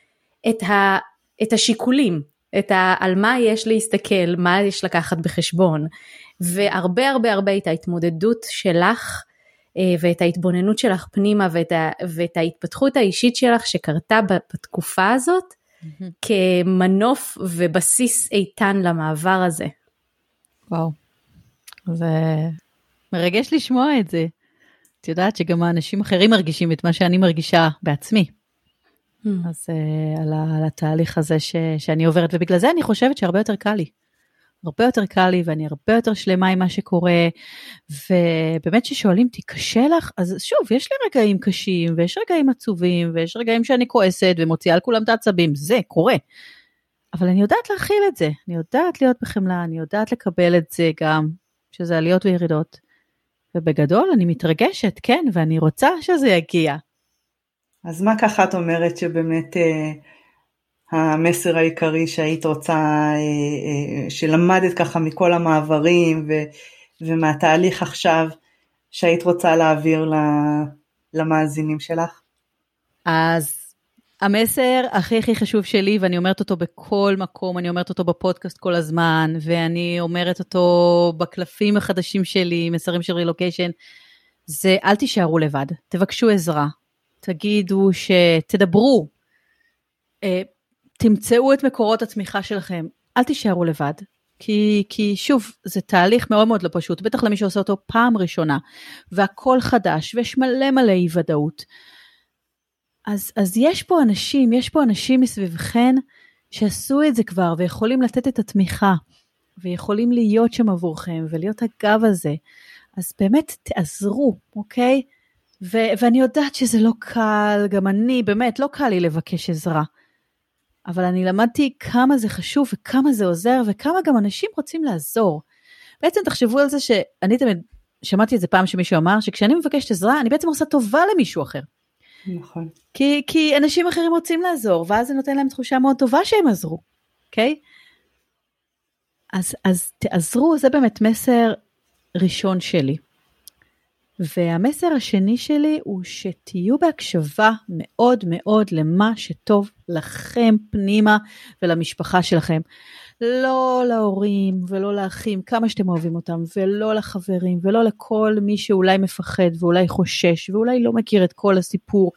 את השיקולים, על מה יש להסתכל, מה יש לקחת בחשבון, והרבה הרבה הרבה את ההתמודדות שלך, ואת ההתבוננות שלך פנימה, ואת ההתפתחות האישית שלך שקרתה בתקופה הזאת, כמנוף ובסיס איתן למעבר הזה. וואו, זה מרגש לשמוע את זה. את יודעת שגם האנשים אחרים מרגישים את מה שאני מרגישה בעצמי. אז על התהליך הזה שאני עוברת, ובגלל זה אני חושבת שהרבה יותר קל לי. הרבה יותר קל לי, ואני הרבה יותר שלמה עם מה שקורה, ובאמת ששואלים, קשה לך? אז שוב, יש לי רגעים קשים, ויש רגעים עצובים, ויש רגעים שאני כועסת, ומוציאה על כולם את העצבים, זה קורה. אבל אני יודעת להכיל את זה, אני יודעת להיות בחמלה, אני יודעת לקבל את זה גם, שזה עליות וירידות. ובגדול אני מתרגשת, כן, ואני רוצה שזה יגיע. אז מה ככה את אומרת שבאמת המסר העיקרי שהיית רוצה, שלמדת ככה מכל המעברים ומהתהליך עכשיו, שהיית רוצה להעביר למאזינים שלך? אז המסר הכי חשוב שלי, ואני אומרת אותו בכל מקום, אני אומרת אותו בפודקאסט כל הזמן, ואני אומרת אותו בקלפים החדשים שלי, מסרים של רילוקיישן, זה אל תישארו לבד, תבקשו עזרה, תגידו שתדברו, תמצאו את מקורות התמיכה שלכם, אל תישארו לבד, כי שוב, זה תהליך מאוד מאוד לא פשוט, בטח למי שעושה אותו פעם ראשונה, והכל חדש, ויש מלא אי ודאות, אז יש פה אנשים מסביבכן, שעשו את זה כבר, ויכולים לתת את התמיכה, ויכולים להיות שם עבורכם, ולהיות הגב הזה, אז באמת תעזרו, אוקיי? ואני יודעת שזה לא קל, גם אני, באמת, לא קל לי לבקש עזרה. אבל אני למדתי כמה זה חשוב וכמה זה עוזר, וכמה גם אנשים רוצים לעזור. בעצם תחשבו על זה שאני תמיד, שמעתי את זה פעם שמישהו אמר, שכשאני מבקשת עזרה, אני בעצם עושה טובה למישהו אחר. נכון. כי אנשים אחרים רוצים לעזור, ואז זה נותן להם תחושה מאוד טובה שהם עזרו, אוקיי? אז תעזרו, זה באמת מסר ראשון שלי. והמסר השני שלי הוא שתהיו בהקשבה מאוד מאוד למה שטוב לכם פנימה ולמשפחה שלכם. לא להורים ולא לאחים, כמה שאתם אוהבים אותם, ולא לחברים ולא לכל מי שאולי מפחד ואולי חושש ואולי לא מכיר את כל הסיפור.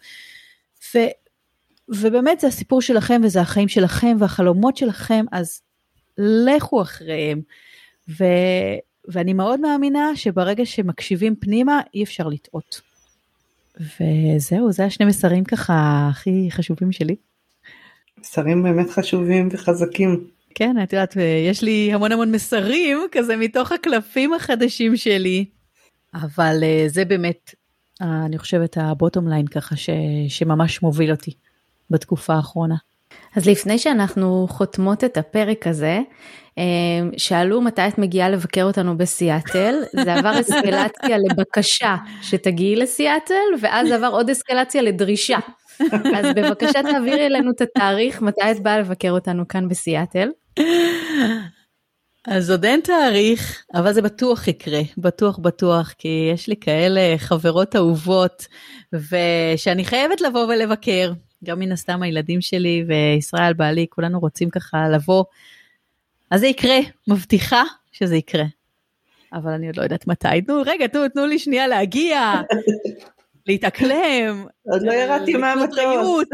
ובאמת זה הסיפור שלכם וזה החיים שלכם והחלומות שלכם, אז לכו אחריהם. ואני מאוד מאמינה שברגע שמקשיבים פנימה, אי אפשר לטעות. וזהו, זה השני מסרים ככה הכי חשובים שלי. מסרים באמת חשובים וחזקים. כן, את יודעת, יש לי המון המון מסרים כזה מתוך הקלפים החדשים שלי, אבל זה באמת, אני חושבת, הבוטום ליין ככה שממש מוביל אותי בתקופה האחרונה. אז לפני שאנחנו חותמות את הפרק הזה, שאלו מתי את מגיעה לבקר אותנו בסיאטל, זה עבר אסקלציה לבקשה שתגיעי לסיאטל, ואז עבר עוד אסקלציה לדרישה. אז בבקשה תעבירי אלינו את התאריך, מתי את באה לבקר אותנו כאן בסיאטל. אז עוד אין תאריך, אבל זה בטוח יקרה, בטוח, כי יש לי כאלה חברות אהובות, ושאני חייבת לבוא ולבקר, גם מן הסתם הילדים שלי וישראל בעלי, כולנו רוצים ככה לבוא, אז זה יקרה, מבטיחה שזה יקרה, אבל אני עוד לא יודעת מתי. תנו לי שנייה להגיע, להתאקלם, עוד לא ירדתי מהמטוס,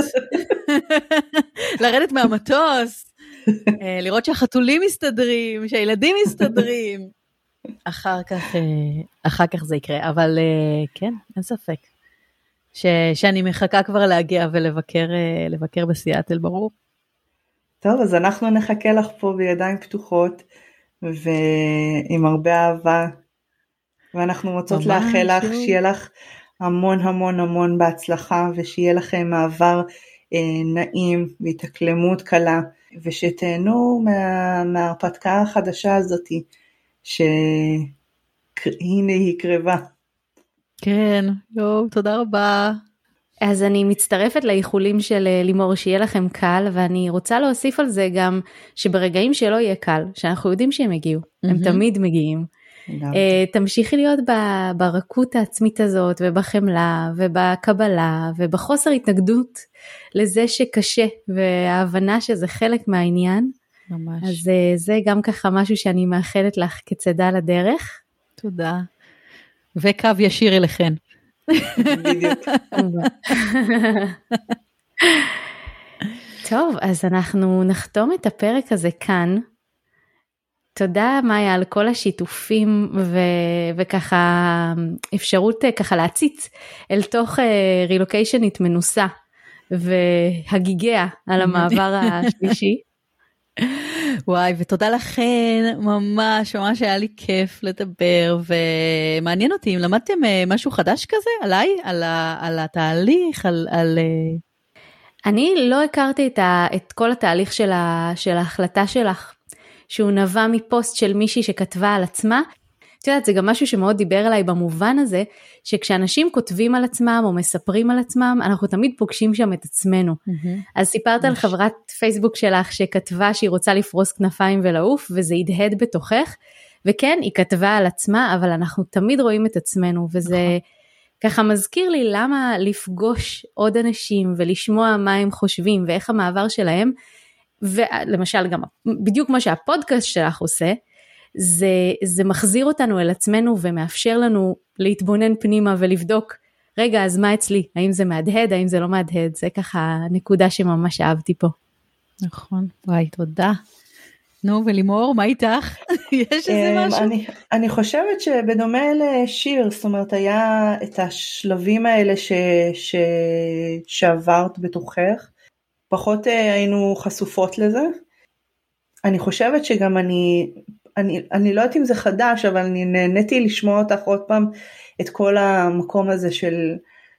לרדת מהמטוס, לראות שהחתולים מסתדרים, שהילדים מסתדרים, אחר כך זה יקרה, אבל כן, אין ספק, שאני מחכה כבר להגיע ולבקר בסיאטל, ברור. טוב, אז אנחנו נחכה לך פה בידיים פתוחות, ועם הרבה אהבה, ואנחנו רוצות לאחל לך, שיהיה לך המון המון המון בהצלחה, ושיהיה לכם מעבר נעים, והתאקלמות קלה, ושתהנו מההרפתקה החדשה הזאת, שהנה היא קרבה. כן, תודה רבה. אז אני מצטרפת לאיחולים של לימור, שיהיה לכם קל, ואני רוצה להוסיף על זה גם, שברגעים שלא יהיה קל, שאנחנו יודעים שהם הגיעו, הם תמיד מגיעים, תמשיכי להיות ברכות העצמית הזאת, ובחמלה, ובקבלה, ובחוסר התנגדות, לזה שקשה, וההבנה שזה חלק מהעניין, ממש. אז זה גם ככה משהו שאני מאחלת לך כצדה לדרך. תודה. וקו ישיר אליכן. בדיוק. טוב, אז אנחנו נחתום את הפרק הזה כאן. תודה מאיה על כל השיתופים וככה אפשרות ככה להציץ אל תוך רילוקיישנית מנוסה והגיגיה על המעבר השלישי. וואי, ותודה לכן, ממש היה לי כיף לדבר, ומעניין אותי אם למדתם משהו חדש כזה עליי, על התהליך, אני לא הכרתי את כל התהליך של ההחלטה שלך, שהוא נבע מפוסט של מישהי שכתבה על עצמה. את יודעת, זה גם משהו שמאוד דיבר אליי במובן הזה, שכשאנשים כותבים על עצמם או מספרים על עצמם, אנחנו תמיד פוגשים שם את עצמנו. אז סיפרת על חברת פייסבוק שלך שכתבה שהיא רוצה לפרוס כנפיים ולעוף, וזה ידהד בתוכך, וכן, היא כתבה על עצמה, אבל אנחנו תמיד רואים את עצמנו, וזה ככה מזכיר לי למה לפגוש עוד אנשים, ולשמוע מה הם חושבים, ואיך המעבר שלהם, ולמשל גם בדיוק מה שהפודקאסט שלך עושה, זה מחזיר אותנו אל עצמנו ומאפשר לנו להתבונן פנימה ולבדוק, רגע, אז מה אצלי? האם זה מהדהד? האם זה לא מהדהד? זה ככה נקודה שממש אהבתי פה. נכון, וואי, תודה. נו, ולימור, מה איתך? יש איזה משהו? אני חושבת שבדומה לשיר, זאת אומרת, היה את השלבים האלה שעברת בתוכך, פחות היינו חשופות לזה. אני חושבת שגם אני לא יודעת אם זה חדש, אבל אני נהניתי לשמוע אותך עוד פעם, את כל המקום הזה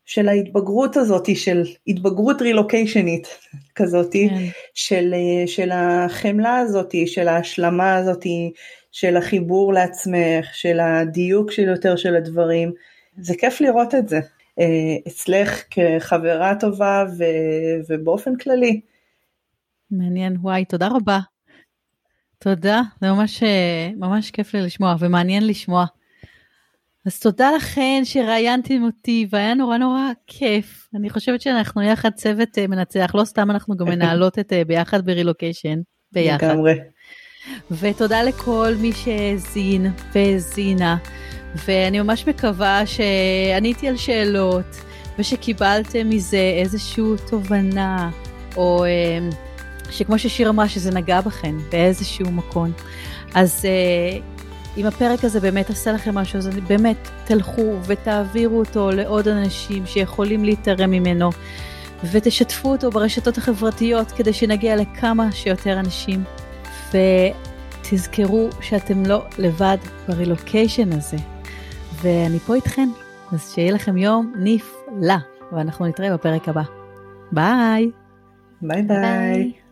של ההתבגרות הזאת, של התבגרות רילוקיישנית כזאת, של החמלה הזאת, של ההשלמה הזאת, של החיבור לעצמך, של הדיוק של יותר של הדברים. זה כיף לראות את זה. אצלך כחברה טובה ובאופן כללי. מעניין, וואי, תודה רבה. תודה, זה ממש כיף לי לשמוע, ומעניין לשמוע. אז תודה לכן שראיינתם אותי, והיה נורא כיף. אני חושבת שאנחנו יחד צוות מנצח, לא סתם אנחנו גם מנהלות את ביחד ברילוקיישן, ביחד. לגמרי. ותודה לכל מי שהזין והזינה, ואני ממש מקווה שעניתי על שאלות, ושקיבלתם מזה איזושהי תובנה, או שכמו ששיר אמרה, שזה נגע בכן באיזשהו מקום. אז אם הפרק הזה באמת עשה לכם משהו, אז באמת תלכו ותעבירו אותו לעוד אנשים שיכולים להתערם ממנו, ותשתפו אותו ברשתות החברתיות כדי שנגיע לכמה שיותר אנשים, ותזכרו שאתם לא לבד ברילוקיישן הזה, ואני פה איתכן, אז שיהיה לכם יום נפלא, ואנחנו נתראה בפרק הבא. ביי! ביי ביי!